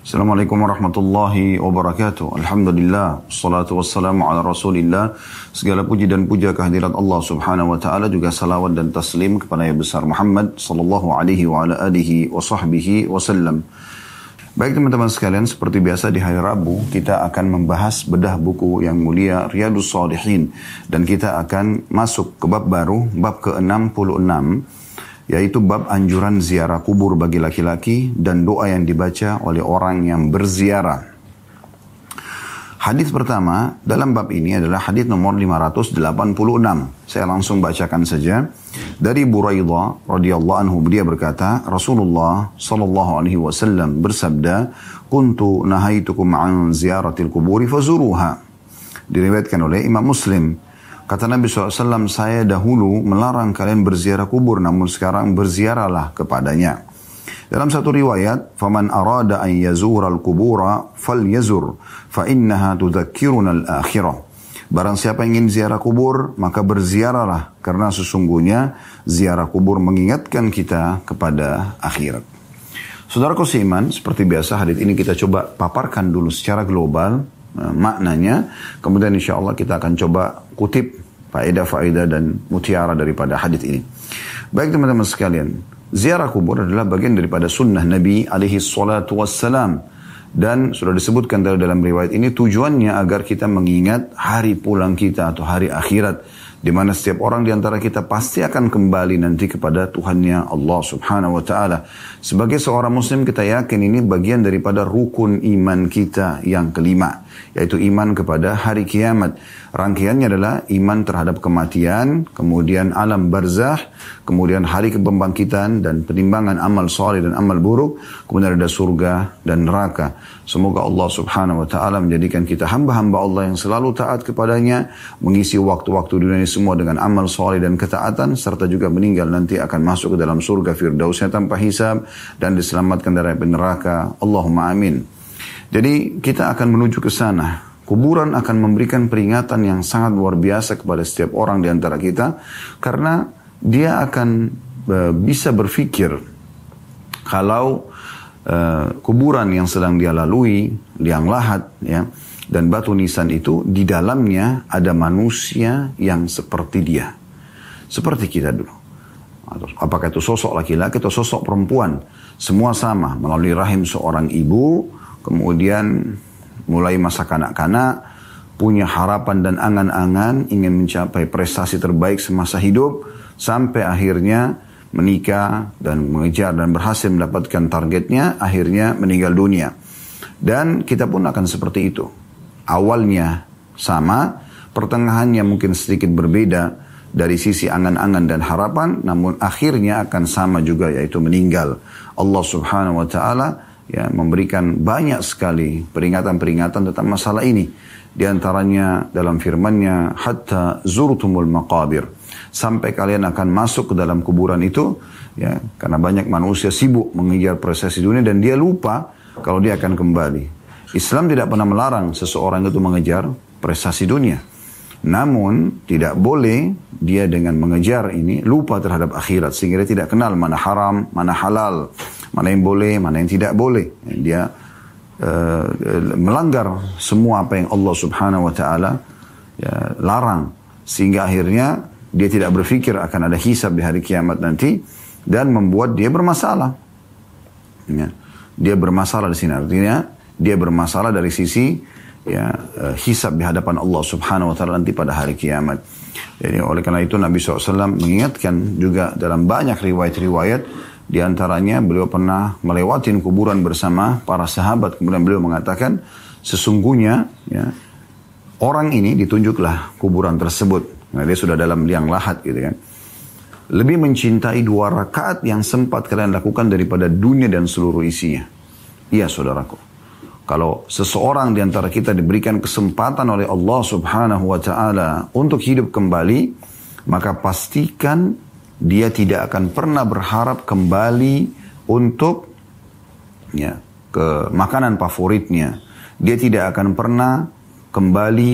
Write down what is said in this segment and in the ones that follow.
Assalamualaikum warahmatullahi wabarakatuh. Alhamdulillah, wassalatu wassalamu ala rasulillah. Segala puji dan puja kehadirat Allah subhanahu wa ta'ala, juga salawat dan taslim kepada Nabi besar Muhammad sallallahu alaihi wa ala alihi wa sahbihi wasallam. Baik teman-teman sekalian, seperti biasa di hari Rabu kita akan membahas bedah buku yang mulia Riyadhus Shalihin. Dan kita akan masuk ke bab baru, bab ke-66, yaitu bab anjuran ziarah kubur bagi laki-laki dan doa yang dibaca oleh orang yang berziarah. Hadis pertama dalam bab ini adalah hadis nomor 586. Saya langsung bacakan saja. Dari Buraidah radhiyallahu anhu, dia berkata, Rasulullah sallallahu alaihi wasallam bersabda, "Kuntu nahaitukum an ziyaratil kuburi fazuruha." Diriwayatkan oleh Imam Muslim. Kata Nabi SAW, saya dahulu melarang kalian berziarah kubur, namun sekarang berziarahlah kepadanya. Dalam satu riwayat, فَمَنْ أَرَادَ أَنْ يَزُورَ الْقُبُورَ فَلْيَزُرْ فَإِنَّهَا تُذَكِّرُنَا الْآخِرَةِ. Barang siapa ingin ziarah kubur, maka berziarahlah, karena sesungguhnya ziarah kubur mengingatkan kita kepada akhirat. Saudaraku seiman, seperti biasa hadits ini kita coba paparkan dulu secara global, maknanya, kemudian insya Allah kita akan coba kutip faedah-faedah dan mutiara daripada hadits ini. Baik teman-teman sekalian, ziarah kubur adalah bagian daripada sunnah Nabi alaihi salatu wassalam, dan sudah disebutkan dalam riwayat ini tujuannya agar kita mengingat hari pulang kita atau hari akhirat, di mana setiap orang di antara kita pasti akan kembali nanti kepada Tuhannya Allah subhanahu wa ta'ala. Sebagai seorang muslim kita yakin ini bagian daripada rukun iman kita yang kelima, yaitu iman kepada hari kiamat. Rangkaiannya adalah iman terhadap kematian, kemudian alam barzah, kemudian hari kebangkitan dan penimbangan amal saleh dan amal buruk, kemudian ada surga dan neraka. Semoga Allah subhanahu wa ta'ala menjadikan kita hamba-hamba Allah yang selalu taat kepadanya, mengisi waktu-waktu dunia ini semua dengan amal saleh dan ketaatan, serta juga meninggal nanti akan masuk ke dalam surga firdausnya tanpa hisab dan diselamatkan dari api neraka. Allahumma amin. Jadi kita akan menuju ke sana. Kuburan akan memberikan peringatan yang sangat luar biasa kepada setiap orang di antara kita, karena dia akan bisa berpikir kalau kuburan yang sedang dia lalui, liang lahat, ya, dan batu nisan itu, di dalamnya ada manusia yang seperti dia, seperti kita dulu. Apakah itu sosok laki-laki atau sosok perempuan, semua sama melalui rahim seorang ibu, kemudian mulai masa kanak-kanak, punya harapan dan angan-angan, ingin mencapai prestasi terbaik semasa hidup, sampai akhirnya menikah dan mengejar dan berhasil mendapatkan targetnya, akhirnya meninggal dunia. Dan kita pun akan seperti itu. Awalnya sama, pertengahannya mungkin sedikit berbeda dari sisi angan-angan dan harapan, namun akhirnya akan sama juga, yaitu meninggal. Allah subhanahu wa ta'ala ya memberikan banyak sekali peringatan-peringatan tentang masalah ini. Di antaranya dalam firman-Nya, hatta zurtumul maqabir, sampai kalian akan masuk ke dalam kuburan itu, ya, karena banyak manusia sibuk mengejar prestasi dunia dan dia lupa kalau dia akan kembali. Islam tidak pernah melarang seseorang itu mengejar prestasi dunia, namun tidak boleh dia dengan mengejar ini lupa terhadap akhirat, sehingga dia tidak kenal mana haram, mana halal, mana yang boleh, mana yang tidak boleh. Dia melanggar semua apa yang Allah subhanahu wa ta'ala ya, larang, sehingga akhirnya dia tidak berpikir akan ada hisab di hari kiamat nanti, dan membuat dia bermasalah. Ya, dia bermasalah di sini, artinya dia bermasalah dari sisi ya, hisab di hadapan Allah subhanahu wa ta'ala nanti pada hari kiamat. Jadi oleh karena itu Nabi SAW mengingatkan juga dalam banyak riwayat-riwayat, di antaranya beliau pernah melewati kuburan bersama para sahabat, kemudian beliau mengatakan, sesungguhnya ya, orang ini ditunjuklah kuburan tersebut. Nah, dia sudah dalam liang lahat gitu kan. Lebih mencintai 2 rakaat yang sempat kalian lakukan daripada dunia dan seluruh isinya. Iya saudaraku, kalau seseorang di antara kita diberikan kesempatan oleh Allah subhanahu wa ta'ala untuk hidup kembali, maka pastikan dia tidak akan pernah berharap kembali untuk ya, ke makanan favoritnya. Dia tidak akan pernah kembali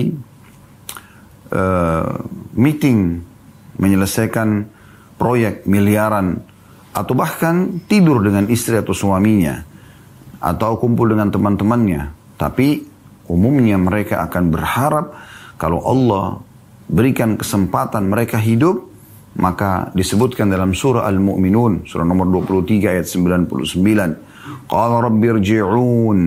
meeting, menyelesaikan proyek miliaran, atau bahkan tidur dengan istri atau suaminya. atau kumpul dengan teman-temannya. Tapi umumnya mereka akan berharap kalau Allah berikan kesempatan mereka hidup, maka disebutkan dalam surah Al-Mu'minun, surah nomor 23 ayat 99. Qala rabbi irji'un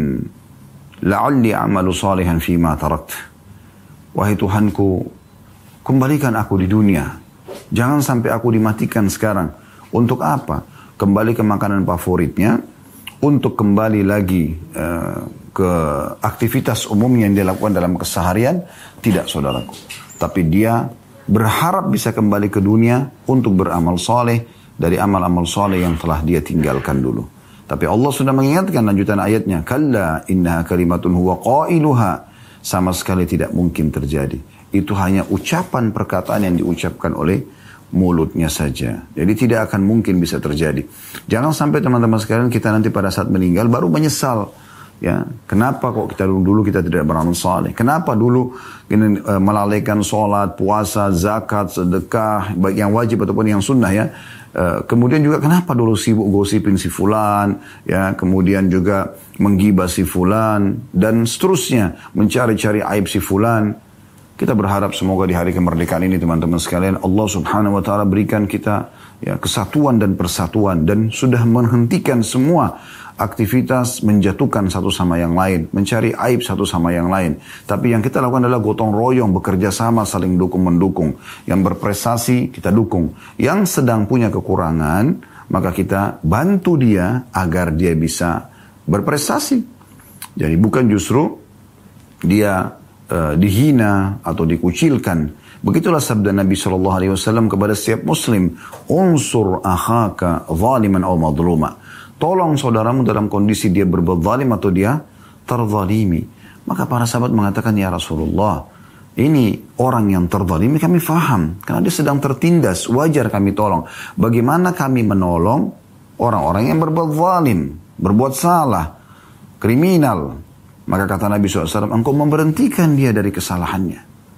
la'alli a'malu salihan fima tarakt. Wahai Tuhanku, kembalikan aku di dunia. Jangan sampai aku dimatikan sekarang. Untuk apa? Kembali ke makanan favoritnya, untuk kembali lagi ke aktivitas umumnya yang dilakukan dalam keseharian. Tidak, saudaraku. Tapi dia berharap bisa kembali ke dunia untuk beramal soleh dari amal-amal soleh yang telah dia tinggalkan dulu. Tapi Allah sudah mengingatkan lanjutan ayatnya. Kalla innaha kalimatun huwa qailuha. Sama sekali tidak mungkin terjadi. Itu hanya ucapan perkataan yang diucapkan oleh mulutnya saja. Jadi tidak akan mungkin bisa terjadi. Jangan sampai teman-teman sekalian kita nanti pada saat meninggal baru menyesal. Ya, kenapa kok kita dulu kita tidak beramal saleh? Kenapa dulu ini melalaikan sholat, puasa, zakat, sedekah, baik yang wajib ataupun yang sunnah ya. Kemudian juga kenapa dulu sibuk gosipin si fulan, ya, kemudian juga menggibah si fulan dan seterusnya, mencari-cari aib si fulan. Kita berharap semoga di hari kemerdekaan ini teman-teman sekalian Allah Subhanahu wa taala berikan kita ya kesatuan dan persatuan dan sudah menghentikan semua aktivitas menjatuhkan satu sama yang lain, mencari aib satu sama yang lain. Tapi yang kita lakukan adalah gotong royong, bekerja sama, saling dukung-mendukung. Yang berprestasi, kita dukung. Yang sedang punya kekurangan, maka kita bantu dia agar dia bisa berprestasi. Jadi bukan justru dia dihina atau dikucilkan. Begitulah sabda Nabi SAW kepada setiap muslim. Unsur akhaka zaliman aw madluma. Tolong saudaramu dalam kondisi dia berbuat zalim atau dia terzalimi. Maka para sahabat mengatakan, ya Rasulullah, ini orang yang terzalimi kami faham. Karena dia sedang tertindas, wajar kami tolong. Bagaimana kami menolong orang-orang yang berbuat zalim, berbuat salah, kriminal. Maka kata Nabi SAW, engkau memberhentikan dia dari kesalahannya.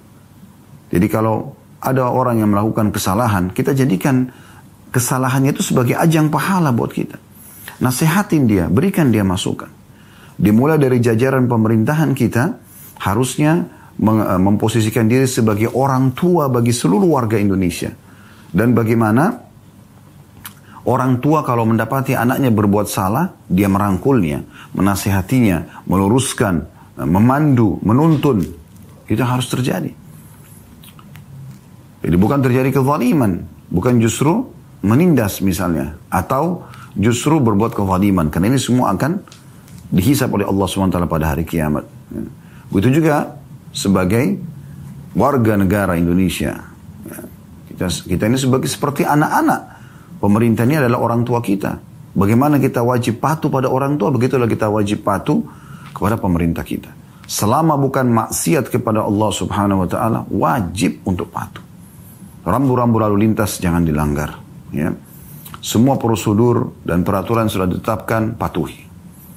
Jadi kalau ada orang yang melakukan kesalahan, kita jadikan kesalahannya itu sebagai ajang pahala buat kita. Nasihatin dia, berikan dia masukan. Dimulai dari jajaran pemerintahan kita, harusnya memposisikan diri sebagai orang tua bagi seluruh warga Indonesia. Dan bagaimana orang tua kalau mendapati anaknya berbuat salah, dia merangkulnya, menasihatinya, meluruskan, memandu, menuntun. Itu harus terjadi. Jadi bukan terjadi kezaliman, bukan justru menindas misalnya, atau justru berbuat kezaliman. Karena ini semua akan dihisap oleh Allah SWT pada hari kiamat. Begitu juga sebagai warga negara Indonesia. Kita ini seperti anak-anak. Pemerintah ini adalah orang tua kita. Bagaimana kita wajib patuh pada orang tua, begitulah kita wajib patuh kepada pemerintah kita. Selama bukan maksiat kepada Allah Subhanahu wa taala, wajib untuk patuh. Rambu-rambu lalu lintas jangan dilanggar, ya. Semua prosedur dan peraturan sudah ditetapkan, patuhi.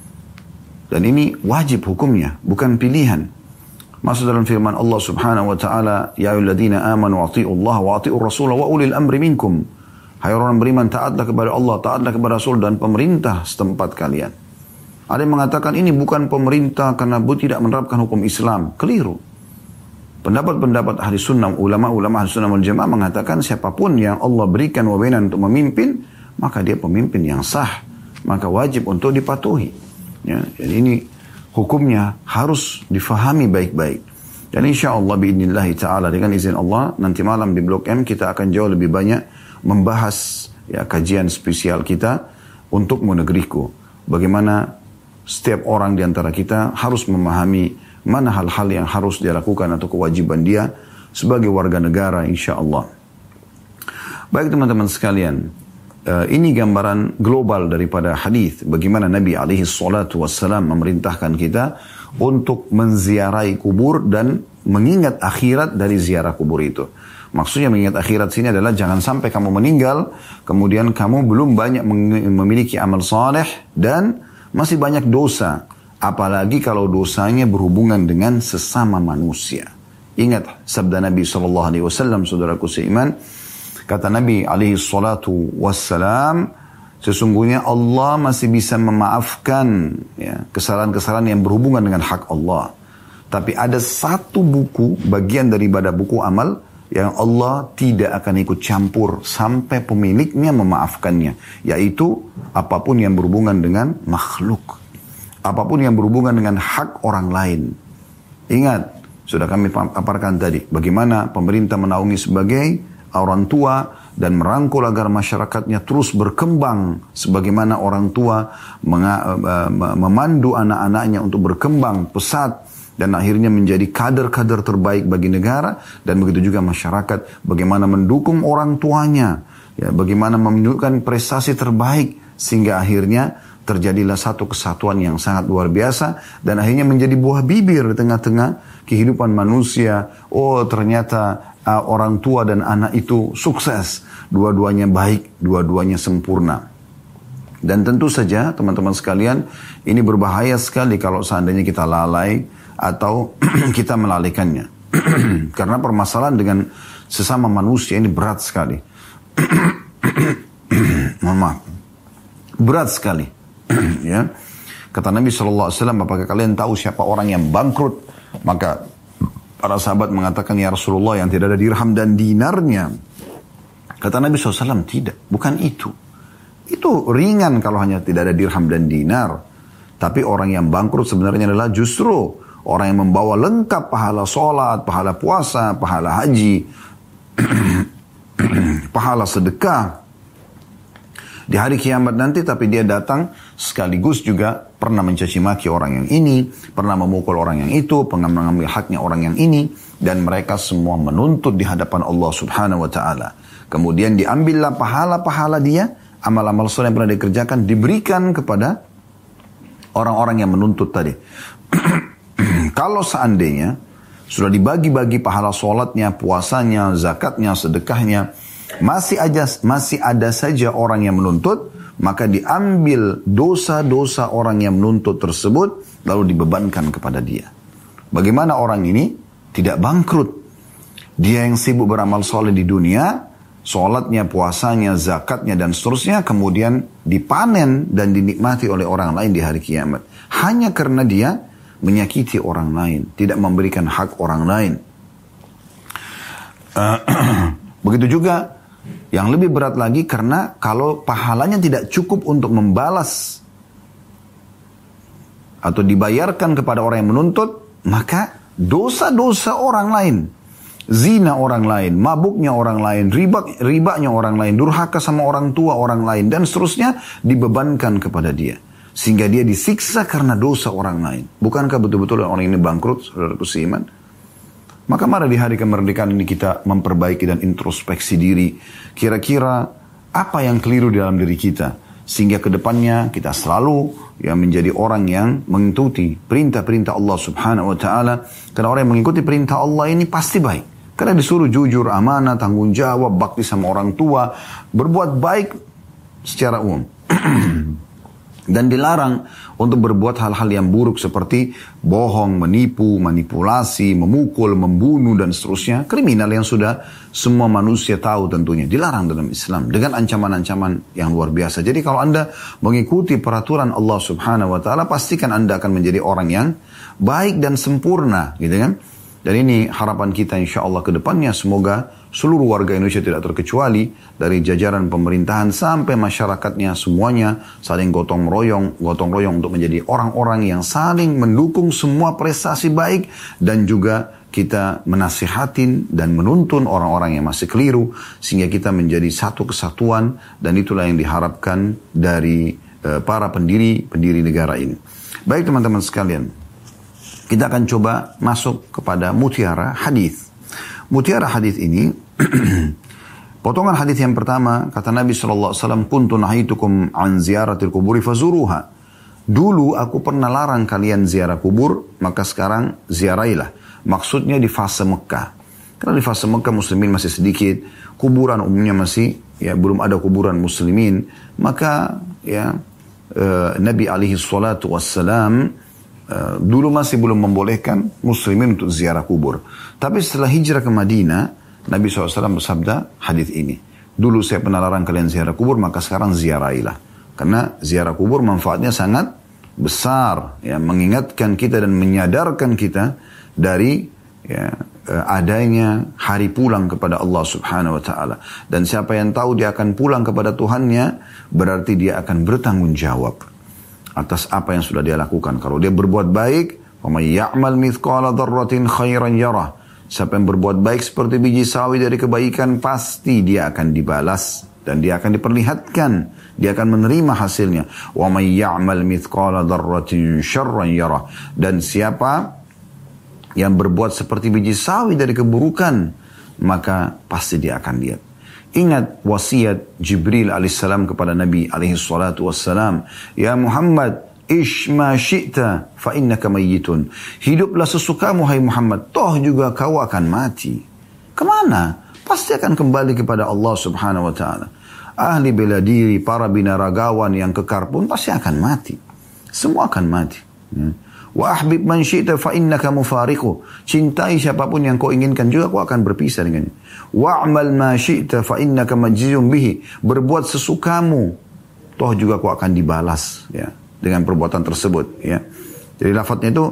Dan ini wajib hukumnya, bukan pilihan. Masuk dalam firman Allah Subhanahu wa taala, ya ayyuhalladzina amanu athi'ullaha wa athi'ur rasul wa ulil amri minkum. Hai orang beriman, taatlah kepada Allah, taatlah kepada Rasul dan pemerintah setempat kalian. Ada yang mengatakan ini bukan pemerintah karena tidak menerapkan hukum Islam. Keliru. Pendapat-pendapat ahli sunnah, ulama-ulama ahli sunnah wal jamaah mengatakan siapapun yang Allah berikan wewenang untuk memimpin, maka dia pemimpin yang sah. Maka wajib untuk dipatuhi. Ya, jadi ini hukumnya harus difahami baik-baik. Dan insya Allah biidnillahi ta'ala dengan izin Allah, nanti malam di Blok M kita akan jauh lebih banyak membahas ya, kajian spesial kita untuk negeriku. Bagaimana setiap orang di antara kita harus memahami mana hal-hal yang harus dia lakukan atau kewajiban dia sebagai warga negara insya Allah. Baik teman-teman sekalian, ini gambaran global daripada hadis bagaimana Nabi SAW memerintahkan kita untuk menziarahi kubur dan mengingat akhirat dari ziarah kubur itu. Maksudnya mengingat akhirat sini adalah jangan sampai kamu meninggal, kemudian kamu belum banyak memiliki amal saleh dan masih banyak dosa. Apalagi kalau dosanya berhubungan dengan sesama manusia. Ingat sabda Nabi SAW, saudaraku seiman. Kata Nabi SAW, Sesungguhnya Allah masih bisa memaafkan ya, kesalahan-kesalahan yang berhubungan dengan hak Allah. Tapi ada satu buku, bagian daripada buku amal, yang Allah tidak akan ikut campur sampai pemiliknya memaafkannya. Yaitu apapun yang berhubungan dengan makhluk. Apapun yang berhubungan dengan hak orang lain. Ingat, sudah kami paparkan tadi, bagaimana pemerintah menaungi sebagai orang tua dan merangkul agar masyarakatnya terus berkembang. Sebagaimana orang tua memandu anak-anaknya untuk berkembang pesat dan akhirnya menjadi kader-kader terbaik bagi negara. Dan begitu juga masyarakat, bagaimana mendukung orang tuanya, ya, bagaimana menunjukkan prestasi terbaik sehingga akhirnya terjadilah satu kesatuan yang sangat luar biasa dan akhirnya menjadi buah bibir di tengah-tengah kehidupan manusia. Oh, ternyata orang tua dan anak itu sukses, dua-duanya baik, dua-duanya sempurna. Dan tentu saja teman-teman sekalian, ini berbahaya sekali kalau seandainya kita lalai atau kita melalaikannya. Karena permasalahan dengan sesama manusia ini berat sekali. Mohon maaf, berat sekali. Ya, kata Nabi SAW, apakah kalian tahu siapa orang yang bangkrut? Maka para sahabat mengatakan, ya Rasulullah, yang tidak ada dirham dan dinarnya. Kata Nabi SAW, tidak, bukan itu. Itu ringan kalau hanya tidak ada dirham dan dinar. Tapi orang yang bangkrut sebenarnya adalah justru orang yang membawa lengkap pahala sholat, pahala puasa, pahala haji, pahala sedekah di hari kiamat nanti, tapi dia datang sekaligus juga pernah mencaci maki orang yang ini, pernah memukul orang yang itu, pernah mengambil haknya orang yang ini, dan mereka semua menuntut di hadapan Allah Subhanahu wa taala. Kemudian diambillah pahala-pahala dia, amal-amal soleh yang pernah dikerjakan diberikan kepada orang-orang yang menuntut tadi. Kalau seandainya sudah dibagi-bagi pahala sholatnya, puasanya, zakatnya, sedekahnya, masih ada saja orang yang menuntut, maka diambil dosa-dosa orang yang menuntut tersebut lalu dibebankan kepada dia. Bagaimana orang ini tidak bangkrut? Dia yang sibuk beramal soleh di dunia, sholatnya, puasanya, zakatnya dan seterusnya, kemudian dipanen dan dinikmati oleh orang lain di hari kiamat. Hanya karena dia menyakiti orang lain, tidak memberikan hak orang lain. Begitu juga yang lebih berat lagi, karena kalau pahalanya tidak cukup untuk membalas atau dibayarkan kepada orang yang menuntut, maka dosa-dosa orang lain, zina orang lain, mabuknya orang lain, ribanya orang lain, durhaka sama orang tua orang lain, dan seterusnya dibebankan kepada dia. Sehingga dia disiksa karena dosa orang lain. Bukankah betul-betul orang ini bangkrut, saudaraku seiman? Maka mari di hari kemerdekaan ini kita memperbaiki dan introspeksi diri. Kira-kira apa yang keliru di dalam diri kita, sehingga kedepannya kita selalu menjadi orang yang mengikuti perintah-perintah Allah Subhanahu Wa Taala. Karena orang yang mengikuti perintah Allah ini pasti baik. Karena disuruh jujur, amanah, tanggung jawab, bakti sama orang tua, berbuat baik secara umum. Dan dilarang untuk berbuat hal-hal yang buruk seperti bohong, menipu, manipulasi, memukul, membunuh, dan seterusnya. Kriminal yang sudah semua manusia tahu tentunya. Dilarang dalam Islam dengan ancaman-ancaman yang luar biasa. Jadi kalau Anda mengikuti peraturan Allah Subhanahu Wa Taala, pastikan Anda akan menjadi orang yang baik dan sempurna, gitu kan? Dan ini harapan kita insya Allah ke depannya. Semoga seluruh warga Indonesia tidak terkecuali, dari jajaran pemerintahan sampai masyarakatnya, semuanya saling gotong royong untuk menjadi orang-orang yang saling mendukung semua prestasi baik, dan juga kita menasihatin dan menuntun orang-orang yang masih keliru, sehingga kita menjadi satu kesatuan. Dan itulah yang diharapkan dari para pendiri negara ini. Baik teman-teman sekalian, kita akan coba masuk kepada mutiara hadis. Mutiara hadis ini, potongan hadis yang pertama, kata Nabi SAW, kuntu nahitukum an ziyaratil kuburi fazuruha. Dulu aku pernah larang kalian ziarah kubur, maka sekarang ziarailah. Maksudnya di fase Mekah. Karena di fase Mekah muslimin masih sedikit, kuburan umumnya masih, belum ada kuburan muslimin. Maka Nabi alaihi salatu wassalam dulu masih belum membolehkan muslimin untuk ziarah kubur. Tapi setelah hijrah ke Madinah, Nabi SAW bersabda hadis ini. Dulu saya pernah larang kalian ziarah kubur, maka sekarang ziarailah. Karena ziarah kubur manfaatnya sangat besar, ya, mengingatkan kita dan menyadarkan kita dari ya, adanya hari pulang kepada Allah Subhanahu wa taala. Dan siapa yang tahu dia akan pulang kepada Tuhannya, berarti dia akan bertanggung jawab atas apa yang sudah dia lakukan. Kalau dia berbuat baik, وَمَنْ يَعْمَلْ مِثْقَالَ ذَرَّةٍ خَيْرًا يَرَهُ. Siapa yang berbuat baik seperti biji sawi dari kebaikan, pasti dia akan dibalas dan dia akan diperlihatkan, dia akan menerima hasilnya. وَمَنْ يَعْمَلْ مِثْقَالَ ذَرَّةٍ شَرًّا يَرَهُ. Dan siapa yang berbuat seperti biji sawi dari keburukan, maka pasti dia akan lihat. Ingat wasiat Jibril alaihissalam kepada Nabi alaihissalam. Ya Muhammad, ish ma syi'ta fa innaka mayyitun. Hiduplah sesukamu hai Muhammad, toh juga kau akan mati. Kemana? Pasti akan kembali kepada Allah Subhanahu wa ta'ala. Ahli bela diri, para binaragawan yang kekar pun pasti akan mati. Semua akan mati. Wa ahbib man syi'ta fa innaka mufariqu. Cintai siapapun yang kau inginkan juga kau akan berpisah dengannya. Wa'mal ma syi'ta fa innaka majziyun bihi. Berbuat sesukamu, toh juga kau akan dibalas ya dengan perbuatan tersebut ya. Jadi lafadznya itu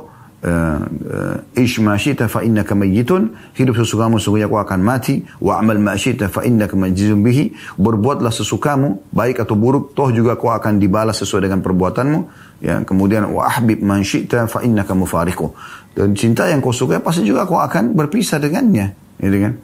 ish ma syi'ta fa innaka mayyitun, hidup sesukamu sesungguhnya kau akan mati. Wa'mal ma syi'ta fa innaka majziyun bihi. Berbuatlah sesukamu, baik atau buruk, toh juga kau akan dibalas sesuai dengan perbuatanmu. Ya, kemudian wa ahbib man syi'ta fa innaka mufariqu. Dan cinta yang kau suka pasti juga kau akan berpisah dengannya, gitu kan?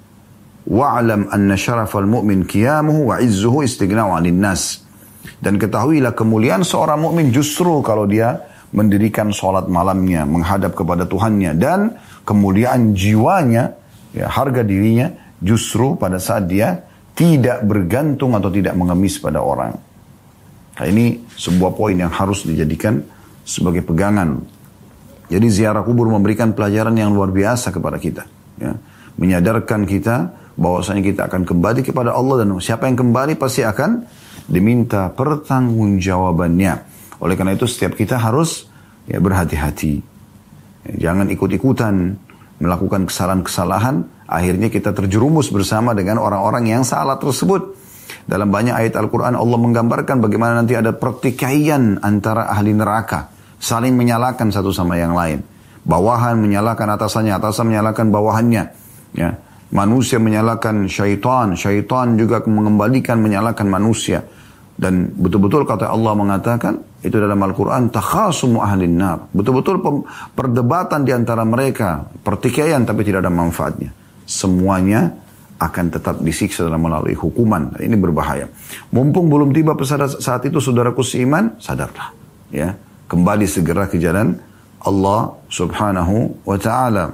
Wa'lam anna syarafal mu'min qiyamuhu wa 'izzuhu istighna'u 'anil nas. Dan ketahuilah kemuliaan seorang mukmin justru kalau dia mendirikan salat malamnya menghadap kepada Tuhannya, dan kemuliaan jiwanya, ya, harga dirinya justru pada saat dia tidak bergantung atau tidak mengemis pada orang. Nah, ini sebuah poin yang harus dijadikan sebagai pegangan. Jadi ziarah kubur memberikan pelajaran yang luar biasa kepada kita. Ya. Menyadarkan kita bahwasanya kita akan kembali kepada Allah, dan siapa yang kembali pasti akan diminta pertanggungjawabannya. Oleh karena itu setiap kita harus ya, berhati-hati. Ya, jangan ikut-ikutan melakukan kesalahan-kesalahan. Akhirnya kita terjerumus bersama dengan orang-orang yang salah tersebut. Dalam banyak ayat Al-Quran Allah menggambarkan bagaimana nanti ada pertikaian antara ahli neraka. Saling menyalahkan satu sama yang lain. Bawahan menyalahkan atasannya, atasan menyalahkan bawahannya. Ya. Manusia menyalahkan syaitan, syaitan juga mengembalikan menyalahkan manusia. Dan betul-betul kata Allah mengatakan, itu dalam Al-Quran, takhasumu ahlin nar. Betul-betul perdebatan di antara mereka, pertikaian tapi tidak ada manfaatnya. Semuanya akan tetap disiksa dalam melalui hukuman. Ini berbahaya. Mumpung belum tiba saat itu saudaraku seiman, sadarlah. Ya, kembali segera ke jalan Allah Subhanahu wa ta'ala.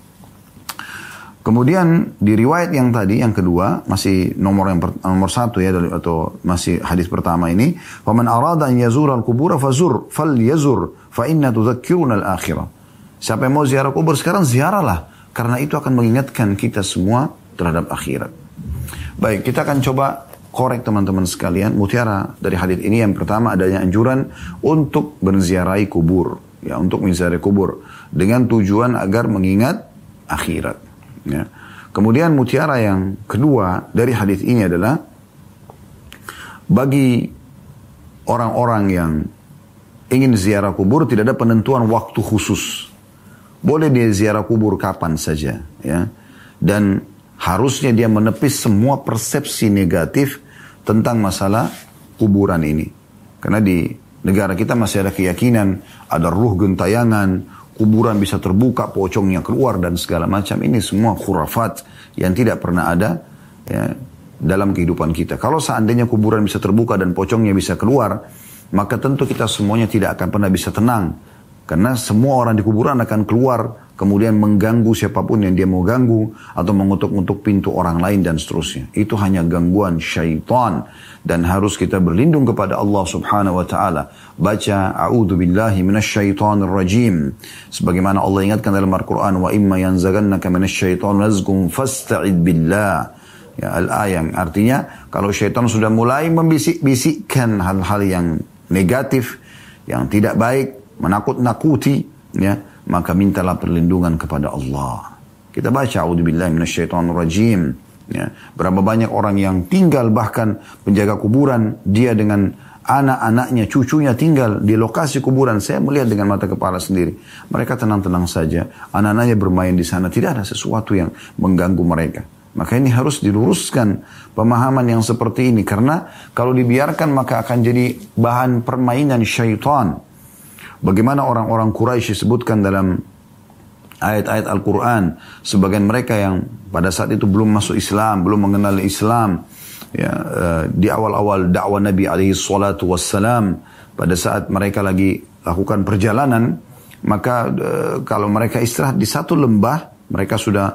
Kemudian di riwayat yang tadi, yang kedua, masih nomor satu ya, atau masih hadis pertama ini, "Faman arada an yazura al-qubur falyazur fa inna tudzakkiruna al-akhirah." Siapa yang mau ziarah kubur sekarang, ziarahlah, karena itu akan mengingatkan kita semua terhadap akhirat. Baik, kita akan coba korek teman-teman sekalian. Mutiara dari hadis ini yang pertama adanya anjuran untuk berziarahi kubur, ya, untuk menziarahi kubur dengan tujuan agar mengingat akhirat. Ya. Kemudian mutiara yang kedua dari hadis ini adalah bagi orang-orang yang ingin ziarah kubur tidak ada penentuan waktu khusus. Boleh dia ziarah kubur kapan saja, ya. Dan harusnya dia menepis semua persepsi negatif tentang masalah kuburan ini. Karena di negara kita masih ada keyakinan, ada ruh gentayangan, kuburan bisa terbuka, pocongnya keluar, dan segala macam. Ini semua khurafat yang tidak pernah ada ya, dalam kehidupan kita. Kalau seandainya kuburan bisa terbuka dan pocongnya bisa keluar, maka tentu kita semuanya tidak akan pernah bisa tenang. Karena semua orang di kuburan akan keluar, kemudian mengganggu siapapun yang dia mau ganggu, atau mengutuk-ngutuk pintu orang lain dan seterusnya. Itu hanya gangguan syaitan, dan harus kita berlindung kepada Allah Subhanahu wa ta'ala. Baca a'udzubillahi minasyaitonir rajim. Sebagaimana Allah ingatkan dalam Al-Quran, wa imma yanzaghannaka minasyaitonir nazghun fasta'id billah. Ya, al-ayat artinya kalau syaitan sudah mulai membisik-bisikkan hal-hal yang negatif, yang tidak baik, menakut-nakuti, ya, maka mintalah perlindungan kepada Allah. Kita baca a'udzubillahi minasyaitonir rajim. Ya, berapa banyak orang yang tinggal bahkan penjaga kuburan, dia dengan anak-anaknya, cucunya tinggal di lokasi kuburan. Saya melihat dengan mata kepala sendiri. Mereka tenang-tenang saja. Anak-anaknya bermain di sana. Tidak ada sesuatu yang mengganggu mereka. Maka ini harus diluruskan pemahaman yang seperti ini. Karena kalau dibiarkan maka akan jadi bahan permainan syaitan. Bagaimana orang-orang Quraisy disebutkan dalam ayat-ayat Al-Quran. Sebagian mereka yang pada saat itu belum masuk Islam, belum mengenal Islam. Ya, di awal-awal dakwah Nabi alaihi salatu wassalam, pada saat mereka lagi lakukan perjalanan, maka kalau mereka istirahat di satu lembah, mereka sudah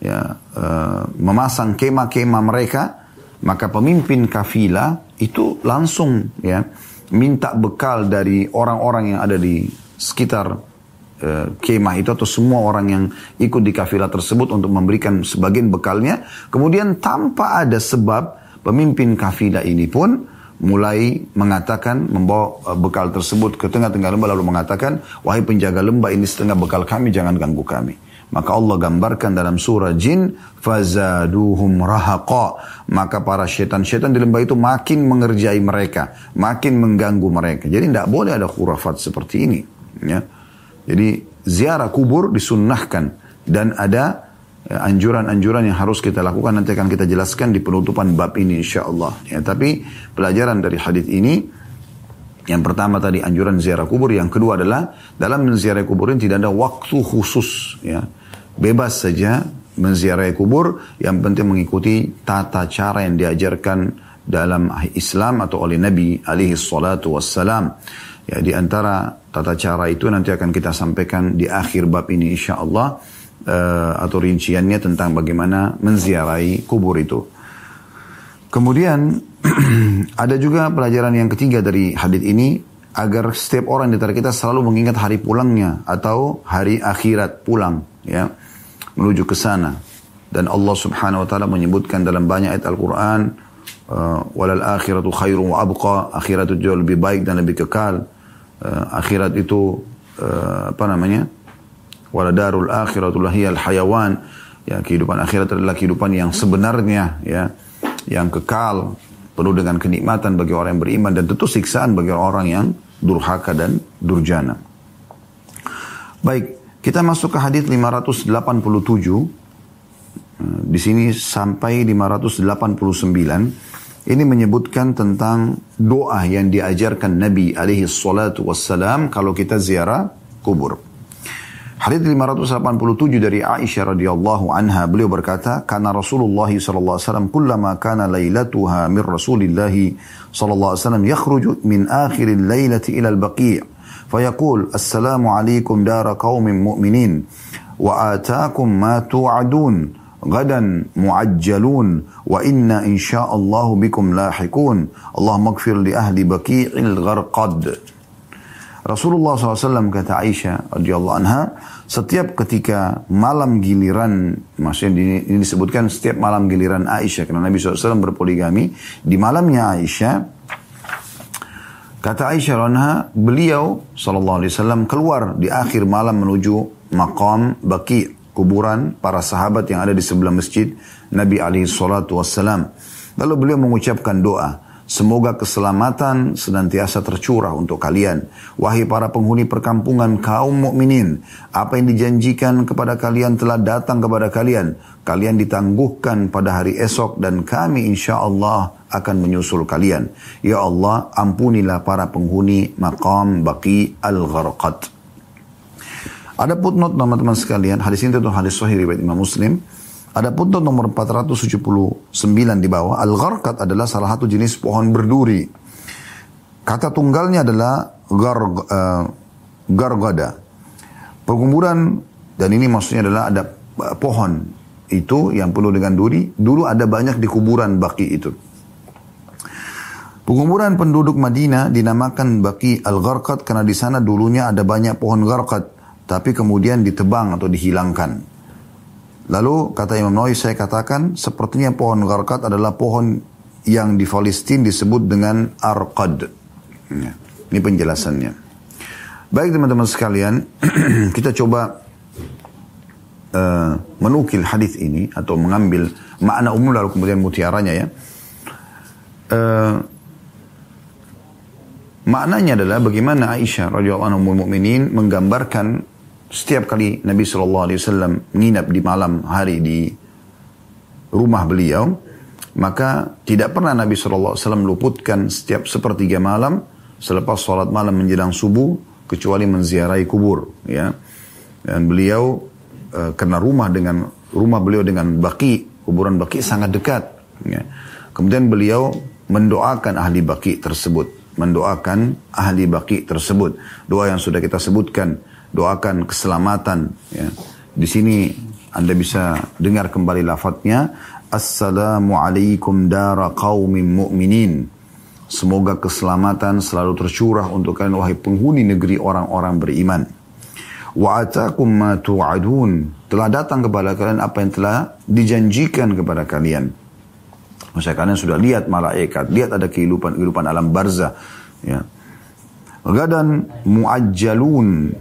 memasang kemah-kemah mereka, maka pemimpin kafilah itu langsung minta bekal dari orang-orang yang ada di sekitar kemah itu atau semua orang yang ikut di kafilah tersebut untuk memberikan sebagian bekalnya. Kemudian tanpa ada sebab, pemimpin kafilah ini pun mulai mengatakan, membawa bekal tersebut ke tengah-tengah lembah lalu mengatakan, wahai penjaga lembah, ini setengah bekal kami, jangan ganggu kami. Maka Allah gambarkan dalam surah Jin, fazaduhum rahaqa. Maka para syaitan-syaitan di lembah itu makin mengerjai mereka, makin mengganggu mereka. Jadi tidak boleh ada khurafat seperti ini. Ya. Jadi ziarah kubur disunnahkan dan ada anjuran-anjuran yang harus kita lakukan. Nanti akan kita jelaskan di penutupan bab ini insyaAllah. Ya, tapi pelajaran dari hadis ini, yang pertama tadi anjuran ziarah kubur, yang kedua adalah dalam menziarahi kubur ini tidak ada waktu khusus. Ya. Bebas saja menziarahi kubur, yang penting mengikuti tata cara yang diajarkan dalam Islam atau oleh Nabi alaihi salatu wassalam. Ya, di antara tata cara itu nanti akan kita sampaikan di akhir bab ini insyaAllah. Atau rinciannya tentang bagaimana menziarahi kubur itu. Kemudian ada juga pelajaran yang ketiga dari hadis ini, agar setiap orang di antara kita selalu mengingat hari pulangnya atau hari akhirat pulang, ya, menuju ke sana. Dan Allah Subhanahu wa taala menyebutkan dalam banyak ayat Al-Qur'an, walal akhiratu khairu wa abqa, akhirat itu jauh lebih baik dan lebih kekal. Akhirat itu wala darul akhiratul lahiyal hayawan, ya, kehidupan akhirat adalah kehidupan yang sebenarnya, ya, yang kekal, penuh dengan kenikmatan bagi orang yang beriman dan tentu siksaan bagi orang yang durhaka dan durjana. Baik, kita masuk ke hadis 587. Di sini sampai 589. Ini menyebutkan tentang doa yang diajarkan Nabi alaihi salatu wassalam kalau kita ziarah kubur. Hadits 587 dari Aisyah radhiyallahu anha, beliau berkata, "Kana Rasulullah sallallahu alaihi wasallam kullama kana lailatuha min Rasulillah sallallahu alaihi wasallam yakhruju min akhir al-lailati ila al-baqi' fayaqul assalamu alaikum dara qaumin mu'minin wa ataakum ma tu'adun gadan mu'ajjalun wa inna insyaallahu bikum lahiqun Allahumma ighfir li ahli baqi'il gharqad." Rasulullah SAW kata Aisyah radhiyallahu anha, setiap ketika malam giliran, maksudnya ini disebutkan setiap malam giliran Aisyah, karena Nabi SAW berpoligami, di malamnya Aisyah, kata Aisyah anha, beliau SAW keluar di akhir malam menuju maqam Baqi', kuburan para sahabat yang ada di sebelah masjid Nabi SAW. Lalu beliau mengucapkan doa, semoga keselamatan senantiasa tercurah untuk kalian. Wahai para penghuni perkampungan kaum mukminin, apa yang dijanjikan kepada kalian telah datang kepada kalian. Kalian ditangguhkan pada hari esok dan kami insyaAllah akan menyusul kalian. Ya Allah, ampunilah para penghuni maqam Baqi al-Gharqad. Ada footnote teman-teman sekalian, hadis ini tentu hadis sahih riwayat Imam Muslim. Ada footnote nomor 479 di bawah. Al-Gharqad adalah salah satu jenis pohon berduri. Kata tunggalnya adalah gargada. Penguburan, dan ini maksudnya adalah ada pohon itu yang penuh dengan duri. Dulu ada banyak di kuburan Baqi itu. Penguburan penduduk Madinah dinamakan Baqi al-Gharqad karena di sana dulunya ada banyak pohon Gharqad, tapi kemudian ditebang atau dihilangkan. Lalu kata Imam Nawawi, saya katakan sepertinya pohon Gharqad adalah pohon yang di Palestina disebut dengan Arqad. Ya, ini penjelasannya. Baik teman-teman sekalian, kita coba menukil hadis ini atau mengambil makna umum lalu kemudian mutiaranya ya. Maknanya adalah bagaimana Aisyah radhiyallahu anha ummul mukminin menggambarkan setiap kali Nabi SAW nginap di malam hari di rumah beliau, maka tidak pernah Nabi SAW luputkan setiap sepertiga malam selepas sholat malam menjelang subuh kecuali menziarahi kubur. Ya. Dan beliau karena rumah beliau dengan Baqi, kuburan Baqi sangat dekat. Ya. Kemudian beliau mendoakan ahli Baqi tersebut. Doa yang sudah kita sebutkan, doakan keselamatan. Ya. Di sini Anda bisa dengar kembali lafadznya, Assalamualaikum dara qaumin mu'minin. Semoga keselamatan selalu tercurah untuk kalian wahai penghuni negeri orang-orang beriman. Wa atakum ma tu'adun. Telah datang kepada kalian apa yang telah dijanjikan kepada kalian. Maksudnya kalian sudah lihat malaikat, lihat ada kehidupan alam barzah. Ya. Gadan muajjalun.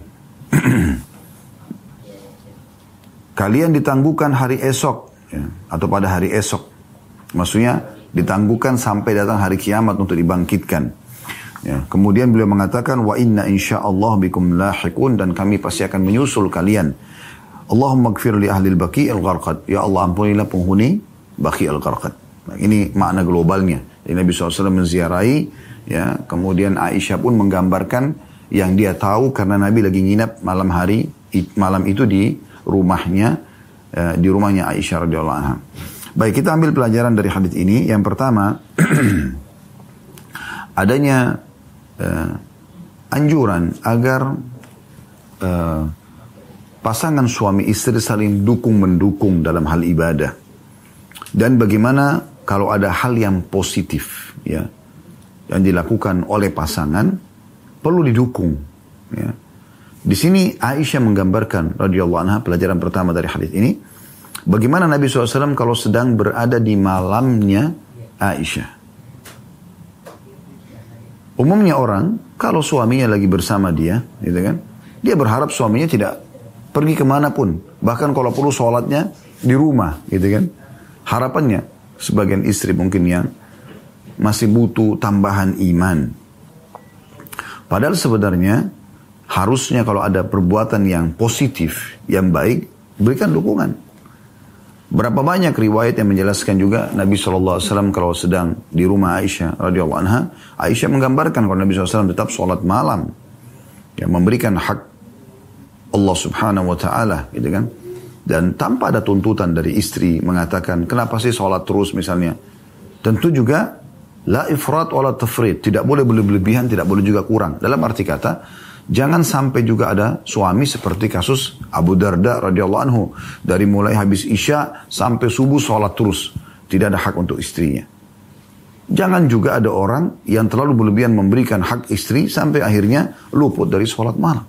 Kalian ditangguhkan hari esok, ya, atau pada hari esok. Maksudnya ditangguhkan sampai datang hari kiamat untuk dibangkitkan. Ya. Kemudian beliau mengatakan, wa inna insyaallah bikum lahiqun, dan kami pasti akan menyusul kalian. Allahumma gfir li ahli al-Baqi al-Gharqad. Ya Allah, ampunilah penghuni Baqi al-Gharqad. Ini makna globalnya. Jadi Nabi SAW menziarahi, ya, kemudian Aisyah pun menggambarkan yang dia tahu karena Nabi lagi nginap malam itu di rumahnya Aisyah radhiyallahu anha. Baik, kita ambil pelajaran dari hadis ini. Yang pertama, adanya anjuran agar pasangan suami istri saling dukung-mendukung dalam hal ibadah. Dan bagaimana kalau ada hal yang positif, ya, yang dilakukan oleh pasangan, perlu didukung. Ya. Di sini Aisyah menggambarkan radhiyallahu anha, pelajaran pertama dari hadis ini, bagaimana Nabi SAW kalau sedang berada di malamnya Aisyah. Umumnya orang kalau suaminya lagi bersama dia, gitu kan, dia berharap suaminya tidak pergi kemanapun, bahkan kalau perlu sholatnya di rumah, gitu kan. Harapannya sebagian istri mungkin yang masih butuh tambahan iman. Padahal sebenarnya harusnya kalau ada perbuatan yang positif, yang baik, berikan dukungan. Berapa banyak riwayat yang menjelaskan juga Nabi SAW kalau sedang di rumah Aisyah radhiyallahu anha, Aisyah menggambarkan kalau Nabi SAW tetap sholat malam, yang memberikan hak Allah Subhanahu Wa Taala, gitu kan. Dan tanpa ada tuntutan dari istri mengatakan, kenapa sih sholat terus misalnya. Tentu juga, la ifrat wala tafrid. Tidak boleh berlebihan, tidak boleh juga kurang. Dalam arti kata, jangan sampai juga ada suami seperti kasus Abu Darda radhiyallahu anhu. Dari mulai habis isya sampai subuh sholat terus. Tidak ada hak untuk istrinya. Jangan juga ada orang yang terlalu berlebihan memberikan hak istri sampai akhirnya luput dari sholat malam.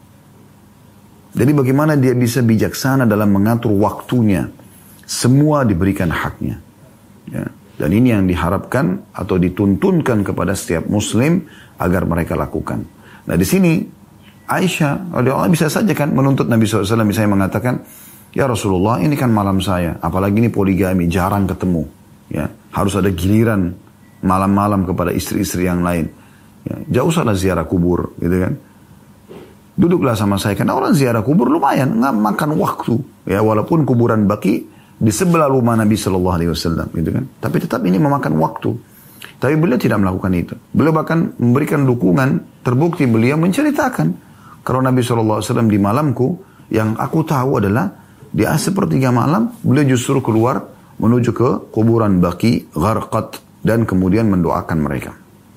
Jadi bagaimana dia bisa bijaksana dalam mengatur waktunya. Semua diberikan haknya. Ya. Dan ini yang diharapkan atau dituntunkan kepada setiap muslim agar mereka lakukan. Nah di sini Aisyah radhiyallahu bisa saja kan menuntut Nabi SAW misalnya mengatakan, ya Rasulullah ini kan malam saya. Apalagi ini poligami, jarang ketemu. Ya. Harus ada giliran malam-malam kepada istri-istri yang lain. Ya. Jauh usahlah ziarah kubur gitu kan. Duduklah sama saya, karena orang ziarah kubur lumayan, nggak makan waktu. Ya, walaupun kuburan Baqi di sebelah rumah Nabi SAW, gitu kan. Tapi tetap ini memakan waktu. Tapi beliau tidak melakukan itu. Beliau bahkan memberikan dukungan, terbukti beliau menceritakan. Kalau Nabi SAW di malamku, yang aku tahu adalah, di sepertiga malam, beliau justru keluar menuju ke kuburan Baqi, Gharqad, dan kemudian mendoakan mereka.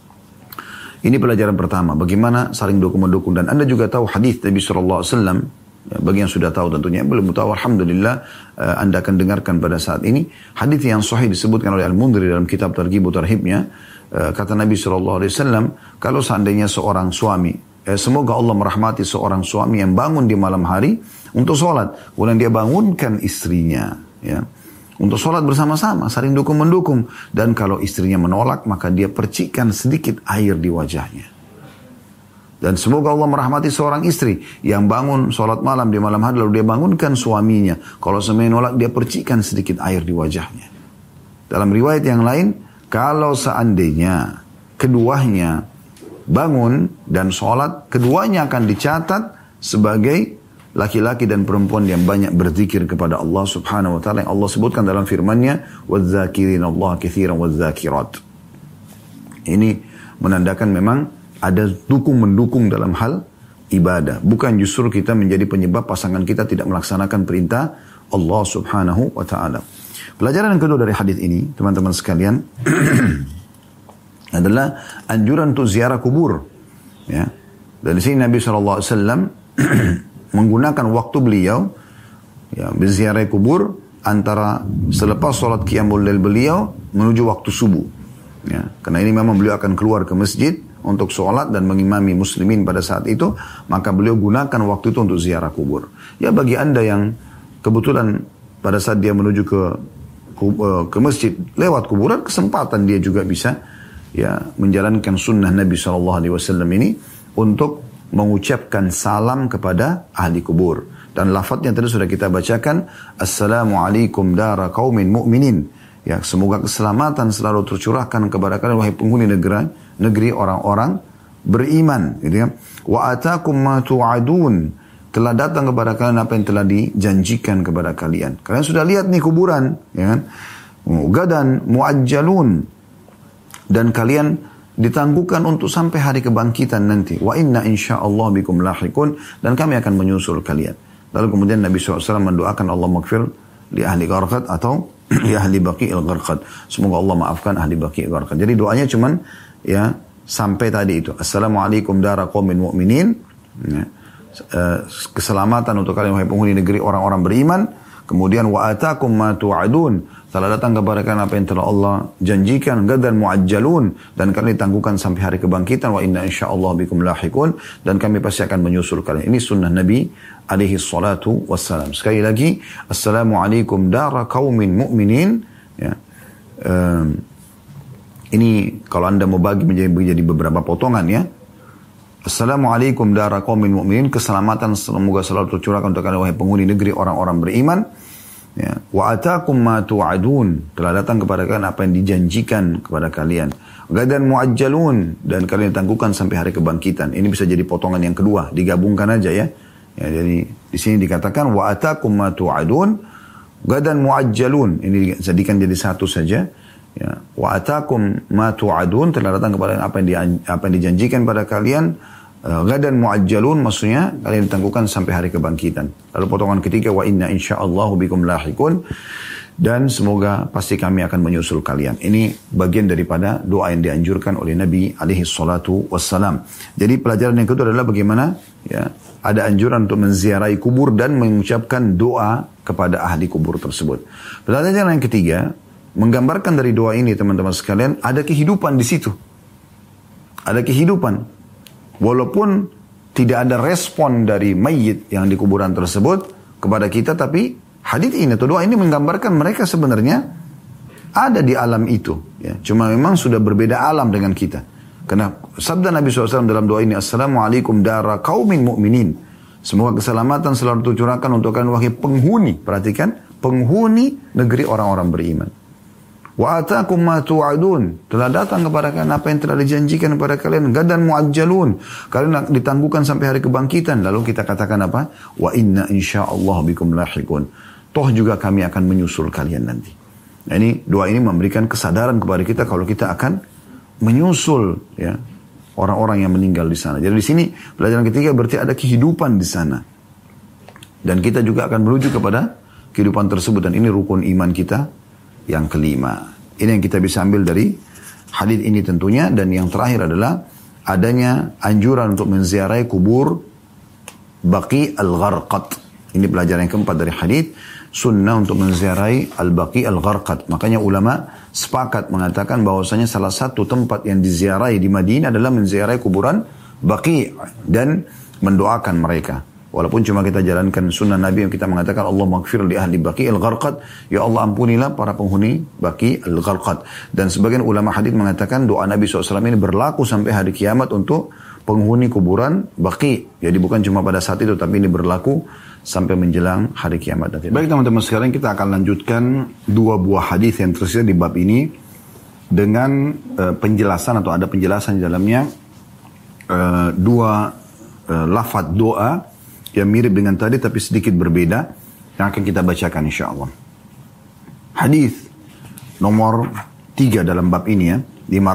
Ini pelajaran pertama, bagaimana saling dukung-mendukung. Dan Anda juga tahu hadis Nabi SAW, ya, bagi yang sudah tahu tentunya, belum tahu, Alhamdulillah, Anda akan dengarkan pada saat ini. Hadis yang sahih disebutkan oleh Al-Mundhiri dalam kitab Targhib wa Tarhibnya, kata Nabi SAW, kalau seandainya seorang suami, semoga Allah merahmati seorang suami yang bangun di malam hari untuk sholat. Kemudian dia bangunkan istrinya, ya, untuk sholat bersama-sama, saling dukung-mendukung. Dan kalau istrinya menolak, maka dia percikkan sedikit air di wajahnya. Dan semoga Allah merahmati seorang istri yang bangun sholat malam di malam hari, lalu dia bangunkan suaminya. Kalau suaminya menolak, dia percikkan sedikit air di wajahnya. Dalam riwayat yang lain, kalau seandainya keduanya bangun dan sholat, keduanya akan dicatat sebagai laki-laki dan perempuan yang banyak berzikir kepada Allah Subhanahu wa taala, yang Allah sebutkan dalam firman-Nya, "Wadz-dzakirinallaha katsiran wadz-dzakirat." Ini menandakan memang ada dukung-mendukung dalam hal ibadah, bukan justru kita menjadi penyebab pasangan kita tidak melaksanakan perintah Allah Subhanahu wa taala. Pelajaran yang kedua dari hadis ini, teman-teman sekalian, adalah anjuran untuk ziarah kubur. Ya. Dan di sini Nabi SAW menggunakan waktu beliau ya, berziarah kubur antara selepas sholat qiyamul lail beliau menuju waktu subuh. Ya. Karena ini memang beliau akan keluar ke masjid untuk sholat dan mengimami muslimin pada saat itu, maka beliau gunakan waktu itu untuk ziarah kubur. Ya, bagi anda yang kebetulan pada saat dia menuju ke masjid lewat kuburan, kesempatan dia juga bisa ya menjalankan sunnah Nabi SAW ini untuk mengucapkan salam kepada ahli kubur. Dan lafadznya tadi sudah kita bacakan, Assalamualaikum dara qaumin mu'minin. Ya, semoga keselamatan selalu tercurahkan kepada kalian wahai penghuni negeri orang-orang beriman, gitu ya. Wa atakum ma tu'adun. Telah datang kepada kalian apa yang telah dijanjikan kepada kalian. Kalian sudah lihat nih kuburan, ya kan? Gadan muajjalun. Dan kalian ditangguhkan untuk sampai hari kebangkitan nanti. Wa inna insyaallah bikum lahikun. Dan kami akan menyusul kalian. Lalu kemudian Nabi SAW mendoakan Allah maghfir li ahli gharqad atau li ahli baqi'il gharqad. Semoga Allah maafkan ahli baqi'il gharqad. Jadi doanya cuman ya sampai tadi itu. Assalamualaikum dara qaumin mu'minin. Ya. Keselamatan untuk kalian wahai penghuni negeri orang-orang beriman. Kemudian wa atakum ma tu'adun. Telah datang kepada kalian apa yang telah Allah janjikan, gadan muajjalun, dan kalian ditangguhkan sampai hari kebangkitan, wa inna insyaallah bikum lahikun, dan kami pasti akan menyusul kalian. Ini sunnah Nabi alaihi salatu wassalam. Sekali lagi, Assalamualaikum dara qaumin mu'minin. Ya. Ini kalau anda mau bagi menjadi beberapa potongan ya. Assalamualaikum dara qaumin mu'minin, keselamatan semoga selalu tercurahkan untuk kalian wahai penghuni negeri orang-orang beriman. Ya. Wa atakum ma tu'adun, telah datang kepada kalian apa yang dijanjikan kepada kalian. Gadan muajjalun, dan kalian ditangguhkan sampai hari kebangkitan. Ini bisa jadi potongan yang kedua, digabungkan aja ya. Ya, jadi di sini dikatakan wa atakum ma tu'adun, gadan muajjalun. Ini dijadikan jadi satu saja. Ya. Wa atakum ma tu'adun, telah datang kepada kalian apa yang dijanjikan pada kalian. Gadan muajjalun, maksudnya kalian ditangguhkan sampai hari kebangkitan. Lalu potongan ketiga, wa inna insyaallahu bikum lahikun, dan semoga pasti kami akan menyusul kalian. Ini bagian daripada doa yang dianjurkan oleh Nabi alaihi salatu wassalam. Jadi pelajaran yang kedua adalah bagaimana ya ada anjuran untuk menziarahi kubur dan mengucapkan doa kepada ahli kubur tersebut. Pelajaran yang ketiga, menggambarkan dari doa ini teman-teman sekalian, ada kehidupan di situ. Ada kehidupan. Walaupun tidak ada respon dari mayit yang di kuburan tersebut kepada kita, tapi hadits ini atau doa ini menggambarkan mereka sebenarnya ada di alam itu. Ya. Cuma memang sudah berbeda alam dengan kita. Karena sabda Nabi SAW dalam doa ini, Assalamualaikum dara qaumin mu'minin. Semoga keselamatan selalu tercurahkan untuk kalian wahai penghuni. Perhatikan, penghuni negeri orang-orang beriman. Wa atakum ma tu'adun, telah datang kepada kalian apa yang telah dijanjikan kepada kalian, gadan muajjalun, kalian ditangguhkan sampai hari kebangkitan. Lalu kita katakan apa? Wa inna insyaallah bikum lahikun, toh juga kami akan menyusul kalian nanti. Nah, ini doa ini memberikan kesadaran kepada kita kalau kita akan menyusul ya orang-orang yang meninggal di sana. Jadi di sini pelajaran ketiga berarti ada kehidupan di sana. Dan kita juga akan menuju kepada kehidupan tersebut, dan ini rukun iman kita yang kelima. Ini yang kita bisa ambil dari hadis ini tentunya. Dan yang terakhir adalah adanya anjuran untuk menziarahi kubur Baqi al-Gharqad. Ini pelajaran yang keempat dari hadis, sunnah untuk menziarahi al-Baqi al-Gharqad. Makanya ulama sepakat mengatakan bahwasanya salah satu tempat yang diziarahi di Madinah adalah menziarahi kuburan Baqi dan mendoakan mereka. Walaupun cuma kita jalankan sunnah Nabi yang kita mengatakan Allah maghfir li ahli Baqi al-Gharqad, ya Allah ampunilah para penghuni Baqi al-Gharqad. Dan sebagian ulama hadis mengatakan doa Nabi SAW ini berlaku sampai hari kiamat untuk penghuni kuburan Baqi. Jadi bukan cuma pada saat itu, tapi ini berlaku sampai menjelang hari kiamat nanti. Baik teman-teman sekalian, kita akan lanjutkan dua buah hadis yang tersisa di bab ini dengan penjelasan atau ada penjelasan di dalamnya dua lafaz doa yang mirip dengan tadi tapi sedikit berbeda yang akan kita bacakan insyaallah. Hadis nomor 3 dalam bab ini ya,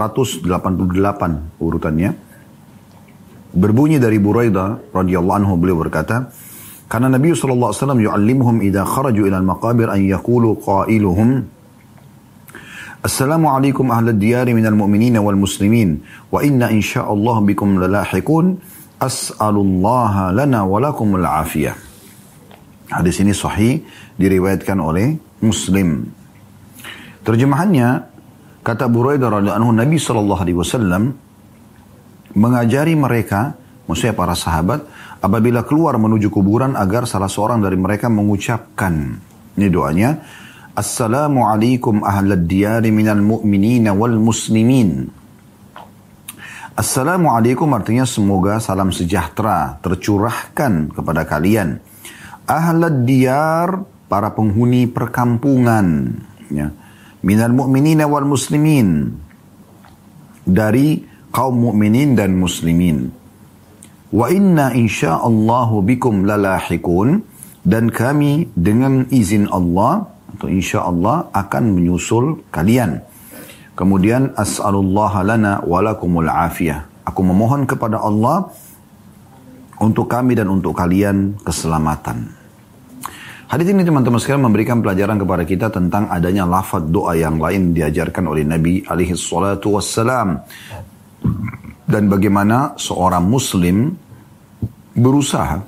588 urutannya. Berbunyi dari Buraidah radhiyallahu anhu, beliau berkata, karena Nabi sallallahu alaihi wasallam yu'allimuhum idza kharaju ila al-maqabir an yaqulu qailuhum Assalamualaikum ahlad diyari minal mu'minina wal muslimin wa inna insyaallah bikum lalahiqun as'alullaha lana walakumul afiyah. Hadis ini sahih diriwayatkan oleh Muslim. Terjemahannya, kata Buraidah radhiyallahu anhu, Nabi sallallahu alaihi wasallam mengajari mereka, maksudnya para sahabat, apabila keluar menuju kuburan agar salah seorang dari mereka mengucapkan, ini doanya, Assalamualaikum ahlad diyari minal mu'minina wal muslimin. Assalamualaikum artinya semoga salam sejahtera tercurahkan kepada kalian. Ahlad diyar, para penghuni perkampungan. Ya. Minal mu'minina wal muslimin, dari kaum mukminin dan muslimin. Wa inna insyaallahu bikum lalahikun, dan kami dengan izin Allah atau insyaallah akan menyusul kalian. Kemudian as'alullaha lana walakumul afiyah. Aku memohon kepada Allah untuk kami dan untuk kalian keselamatan. Hadis ini teman-teman sekalian memberikan pelajaran kepada kita tentang adanya lafaz doa yang lain diajarkan oleh Nabi alaihi salatu wassalam. Dan bagaimana seorang muslim berusaha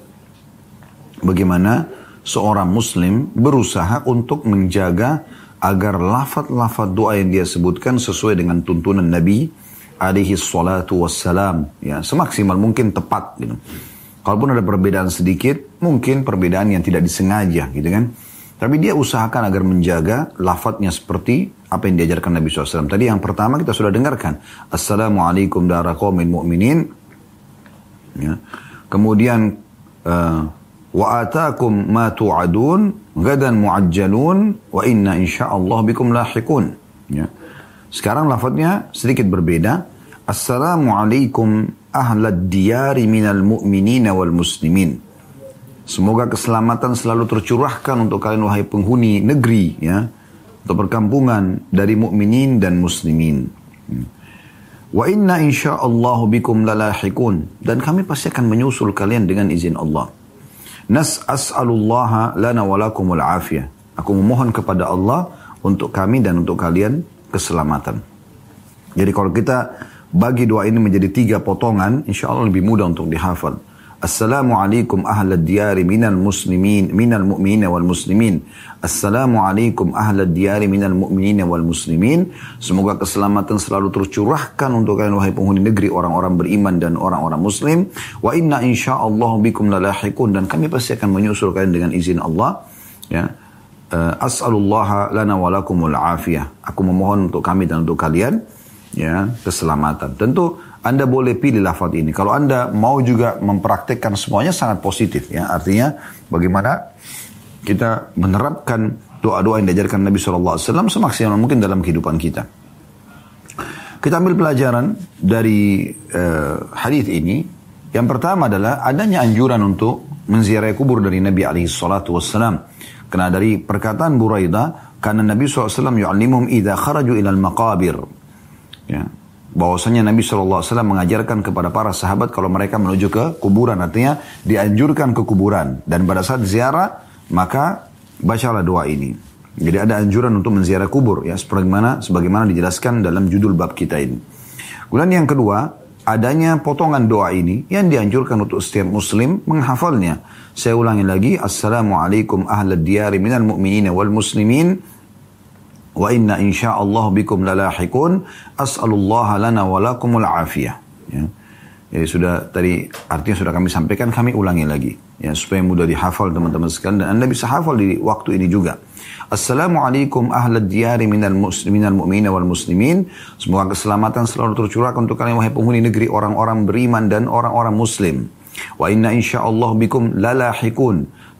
untuk menjaga agar lafaz-lafaz doa yang dia sebutkan sesuai dengan tuntunan Nabi alaihi salatu wassalam, ya, semaksimal mungkin tepat gitu. Kalaupun ada perbedaan sedikit, mungkin perbedaan yang tidak disengaja gitu kan. Tapi dia usahakan agar menjaga lafadznya seperti apa yang diajarkan Nabi SAW. Tadi yang pertama kita sudah dengarkan. Assalamualaikum dara qaumin mu'minin. Ya. Kemudian wa atakum ma tu'adun gadan mu'ajjalun wa inna insyaallah bikum lahiqun. Ya. Sekarang lafadznya sedikit berbeda. Assalamualaikum ahlad diyari minal mu'minina wal muslimin. Semoga keselamatan selalu tercurahkan untuk kalian wahai penghuni negeri, ya, atau perkampungan dari mukminin dan muslimin. Wa inna insyaallah bikum lalahiqun, dan kami pasti akan menyusul kalian dengan izin Allah. As'alullaha lana walakumul afiyah. Aku memohon kepada Allah untuk kami dan untuk kalian keselamatan. Jadi kalau kita bagi doa ini menjadi 3 potongan, insyaallah lebih mudah untuk dihafal. Assalamualaikum ahlad diyari minal mu'minina wal muslimin. Assalamualaikum ahlad diyari minal mu'minina wal muslimin. Semoga keselamatan selalu tercurahkan untuk kalian wahai penghuni negeri, orang-orang beriman dan orang-orang muslim. Wa inna insyaallah bikum lalahiqun, dan kami pasti akan menyusul kalian dengan izin Allah. Ya. As'alullaha lana walakumul afiyah. Aku memohon untuk kami dan untuk kalian, ya, keselamatan. Tentu Anda boleh pilih lafaz ini. Kalau Anda mau juga mempraktekkan semuanya sangat positif, ya. Artinya bagaimana kita menerapkan doa-doa yang diajarkan Nabi SAW semaksimal mungkin dalam kehidupan kita. Kita ambil pelajaran dari hadis ini. Yang pertama adalah adanya anjuran untuk menziarahi kubur dari Nabi SAW. Karena dari perkataan Buraidah, karena Nabi SAW yu'allimuhum idza kharaju ilal maqabir. Ya. Bahwasanya Nabi SAW mengajarkan kepada para sahabat kalau mereka menuju ke kuburan, artinya dianjurkan ke kuburan. Dan pada saat ziarah, maka bacalah doa ini. Jadi ada anjuran untuk menziarah kubur, ya, sebagaimana dijelaskan dalam judul bab kita ini. Kemudian yang kedua, adanya potongan doa ini yang dianjurkan untuk setiap muslim menghafalnya. Saya ulangi lagi, Assalamualaikum ahlad diyari minal mu'minina wal muslimin. Wa inna insyaallah bikum lalahiqun as'alullaha lana walakumul afiyah. Ya. Jadi artinya sudah kami sampaikan, kami ulangi lagi, ya, supaya mudah dihafal teman-teman sekalian, dan Anda bisa hafal di waktu ini juga. Assalamualaikum ahlad diyari minal mu'minina wal muslimin. Semoga keselamatan selalu tercurahkan untuk kalian wahai penghuni negeri, orang-orang beriman dan orang-orang muslim. Wa inna insyaallah bikum lalahiqun,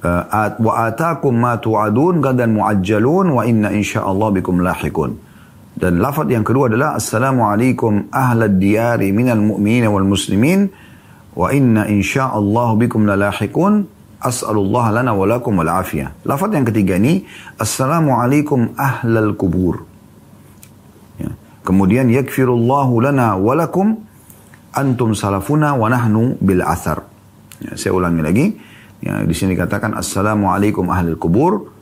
wa atakum ma tu'adun gadan muajjalun wa inna insyaallah bikum lahiqun. Dan lafaz yang kedua adalah assalamualaikum ahlad diyari minal mu'minin wal muslimin wa inna insyaallah bikum lalahiqun as'alullah lana wa lakum wal afiyah. Lafaz yang ketiga ini assalamualaikum ahlal kubur. Ya. Kemudian yakfirullahu lana wa lakum antum salafuna wa nahnu bil athar. Ya, saya ulangi lagi. Ya, di sini dikatakan assalamualaikum ahlal kubur,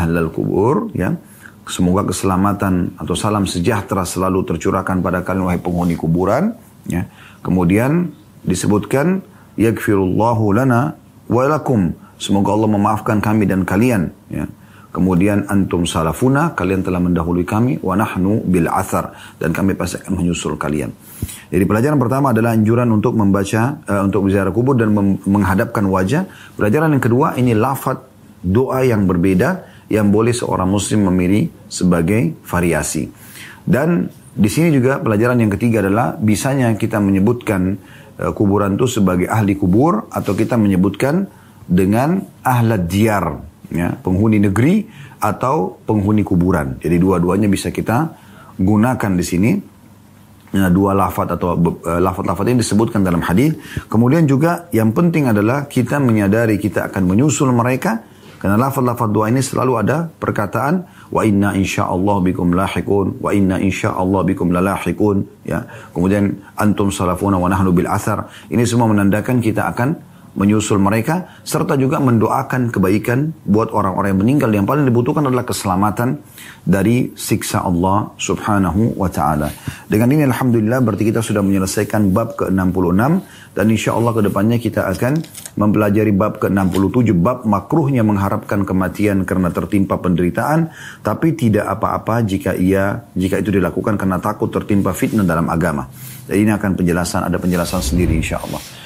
ya. Semoga keselamatan atau salam sejahtera selalu tercurahkan pada kalian wahai penghuni kuburan. Ya. Kemudian disebutkan yaghfirullahu lana wa lakum. Semoga Allah memaafkan kami dan kalian. Ya. Kemudian antum salafuna, kalian telah mendahului kami. Wa nahnu bil athar, dan kami pasti akan menyusul kalian. Jadi pelajaran pertama adalah anjuran untuk membaca, untuk berziarah kubur dan menghadapkan wajah. Pelajaran yang kedua, ini lafaz doa yang berbeda yang boleh seorang muslim memilih sebagai variasi. Dan di sini juga pelajaran yang ketiga adalah bisanya kita menyebutkan kuburan itu sebagai ahli kubur atau kita menyebutkan dengan ahlad diyar, ya, penghuni negeri atau penghuni kuburan. Jadi dua-duanya bisa kita gunakan di sini. Nah, dua lafaz atau lafaz-lafaz ini disebutkan dalam hadis. Kemudian juga yang penting adalah kita menyadari kita akan menyusul mereka. Karena lafaz-lafaz doa ini selalu ada perkataan wa inna insyaallah bikum lahiqun, wa inna insyaallah bikum lalahiqun, ya. Kemudian antum salafuna wa nahnu bil athar. Ini semua menandakan kita akan menyusul mereka serta juga mendoakan kebaikan buat orang-orang yang meninggal. Yang paling dibutuhkan adalah keselamatan dari siksa Allah Subhanahu wa taala. Dengan ini alhamdulillah berarti kita sudah menyelesaikan bab ke-66 dan insyaallah ke depannya kita akan mempelajari bab ke-67, bab makruhnya mengharapkan kematian karena tertimpa penderitaan tapi tidak apa-apa jika itu dilakukan karena takut tertimpa fitnah dalam agama. Jadi ini akan ada penjelasan sendiri insyaallah.